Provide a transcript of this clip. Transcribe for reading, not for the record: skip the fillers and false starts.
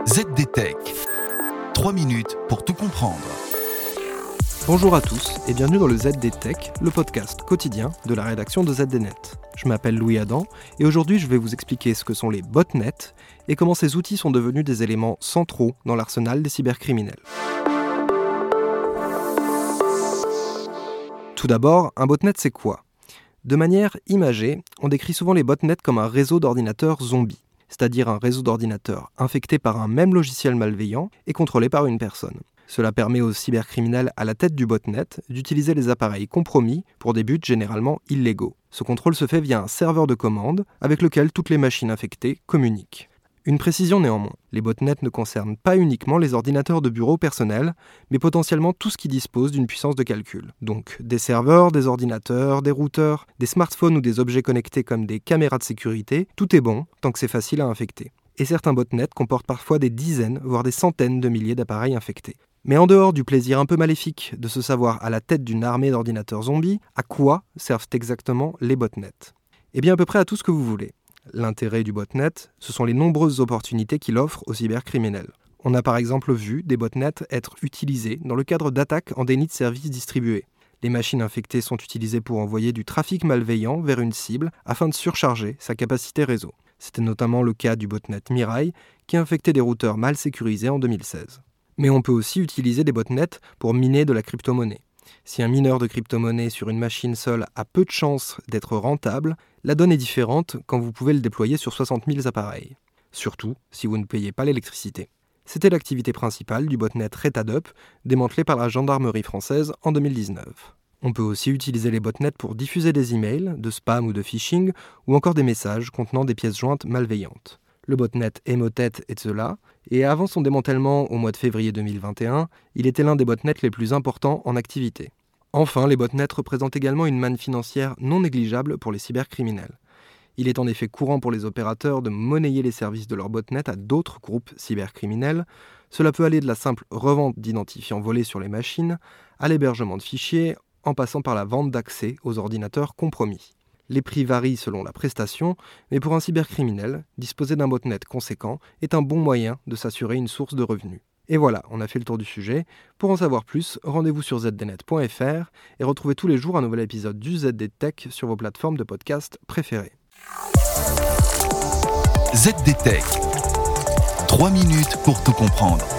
ZDTech. 3 minutes pour tout comprendre. Bonjour à tous et bienvenue dans le ZDTech, le podcast quotidien de la rédaction de ZDNet. Je m'appelle Louis Adam et aujourd'hui je vais vous expliquer ce que sont les botnets et comment ces outils sont devenus des éléments centraux dans l'arsenal des cybercriminels. Tout d'abord, un botnet c'est quoi ? De manière imagée, on décrit souvent les botnets comme un réseau d'ordinateurs zombies, c'est-à-dire un réseau d'ordinateurs infectés par un même logiciel malveillant et contrôlé par une personne. Cela permet aux cybercriminels à la tête du botnet d'utiliser les appareils compromis pour des buts généralement illégaux. Ce contrôle se fait via un serveur de commande avec lequel toutes les machines infectées communiquent. Une précision néanmoins, les botnets ne concernent pas uniquement les ordinateurs de bureau personnels, mais potentiellement tout ce qui dispose d'une puissance de calcul. Donc des serveurs, des ordinateurs, des routeurs, des smartphones ou des objets connectés comme des caméras de sécurité, tout est bon tant que c'est facile à infecter. Et certains botnets comportent parfois des dizaines, voire des centaines de milliers d'appareils infectés. Mais en dehors du plaisir un peu maléfique de se savoir à la tête d'une armée d'ordinateurs zombies, à quoi servent exactement les botnets ? Eh bien à peu près à tout ce que vous voulez. L'intérêt du botnet, ce sont les nombreuses opportunités qu'il offre aux cybercriminels. On a par exemple vu des botnets être utilisés dans le cadre d'attaques en déni de services distribués. Les machines infectées sont utilisées pour envoyer du trafic malveillant vers une cible afin de surcharger sa capacité réseau. C'était notamment le cas du botnet Mirai qui infectait des routeurs mal sécurisés en 2016. Mais on peut aussi utiliser des botnets pour miner de la crypto-monnaie. Si un mineur de crypto-monnaie sur une machine seule a peu de chances d'être rentable, la donne est différente quand vous pouvez le déployer sur 60 000 appareils. Surtout si vous ne payez pas l'électricité. C'était l'activité principale du botnet Retadup, démantelé par la gendarmerie française en 2019. On peut aussi utiliser les botnets pour diffuser des emails, de spam ou de phishing, ou encore des messages contenant des pièces jointes malveillantes. Le botnet Emotet est cela, et avant son démantèlement au mois de février 2021, il était l'un des botnets les plus importants en activité. Enfin, les botnets représentent également une manne financière non négligeable pour les cybercriminels. Il est en effet courant pour les opérateurs de monnayer les services de leurs botnets à d'autres groupes cybercriminels. Cela peut aller de la simple revente d'identifiants volés sur les machines, à l'hébergement de fichiers, en passant par la vente d'accès aux ordinateurs compromis. Les prix varient selon la prestation, mais pour un cybercriminel, disposer d'un botnet conséquent est un bon moyen de s'assurer une source de revenus. Et voilà, on a fait le tour du sujet. Pour en savoir plus, rendez-vous sur zdnet.fr et retrouvez tous les jours un nouvel épisode du ZDTech sur vos plateformes de podcast préférées. ZDTech. 3 minutes pour tout comprendre.